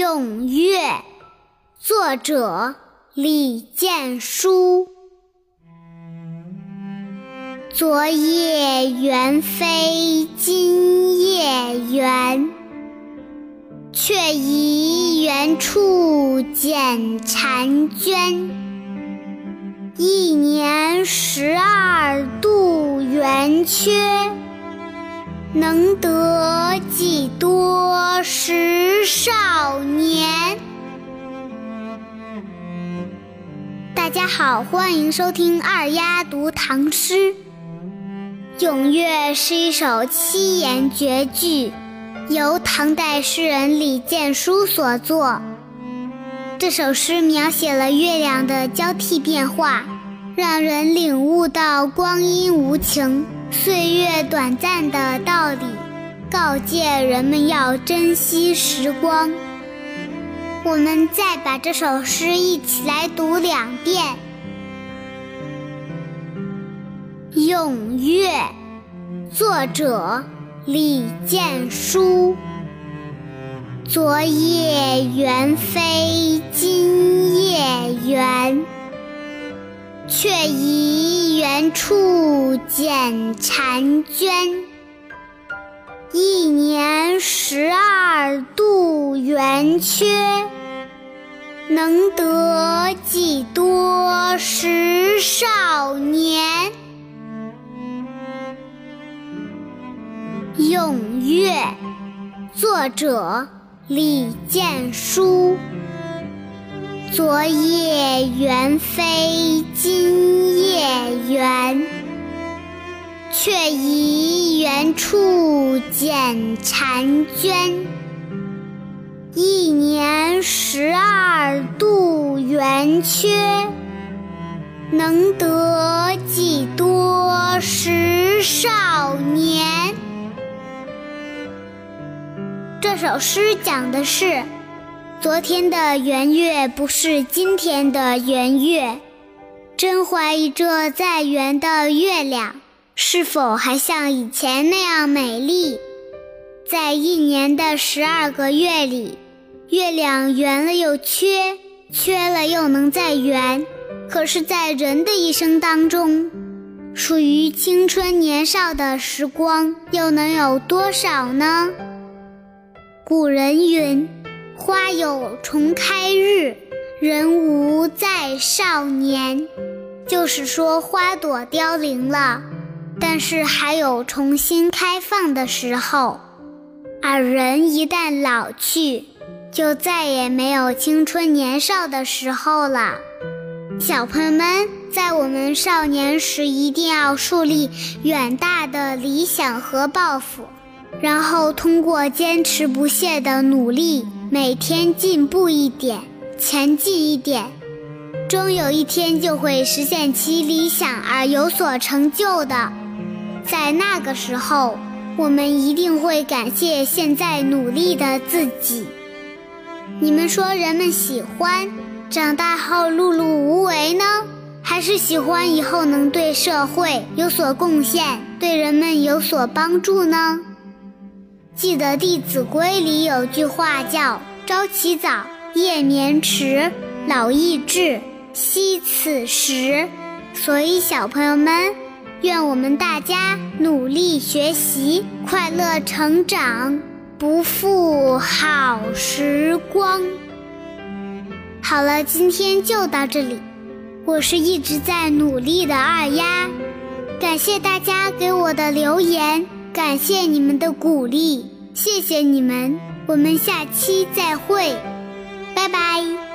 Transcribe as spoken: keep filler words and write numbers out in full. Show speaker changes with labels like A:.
A: 咏月，作者李建书。昨夜猿飞今夜圆，却疑原处剪婵娟。一年十二度圆缺，能得几多时少年。大家好，欢迎收听二丫读唐诗。咏月是一首七言绝句，由唐代诗人李建书所作。这首诗描写了月亮的交替变化，让人领悟到光阴无情、岁月短暂的道理，告诫人们要珍惜时光。我们再把这首诗一起来读两遍。咏月，作者李建书。昨夜猿飞今夜圆，却疑原处剪婵娟。一年十二度圆缺，能得几多时少年。咏月，作者李建书。昨夜猿飞今夜圆，却疑原处剪婵娟。一年十二度圆缺，能得几多时少年。这首诗讲的是，昨天的圆月不是今天的圆月，真怀疑这再圆的月亮是否还像以前那样美丽。在一年的十二个月里，月亮圆了又缺，缺了又能再圆。可是在人的一生当中，属于青春年少的时光又能有多少呢？古人云，花有重开日，人无再少年。就是说花朵凋零了，但是还有重新开放的时候。而人一旦老去，就再也没有青春年少的时候了。小朋友们，在我们少年时一定要树立远大的理想和抱负，然后通过坚持不懈的努力，每天进步一点，前进一点，终有一天就会实现其理想而有所成就的。在那个时候，我们一定会感谢现在努力的自己。你们说人们喜欢长大后碌碌无为呢，还是喜欢以后能对社会有所贡献，对人们有所帮助呢？记得《弟子规》里有句话叫朝起早，夜眠迟，老易至，惜此时。所以小朋友们，愿我们大家努力学习，快乐成长，不负好时光。好了，今天就到这里，我是一直在努力的二丫，感谢大家给我的留言，感谢你们的鼓励，谢谢你们，我们下期再会，拜拜。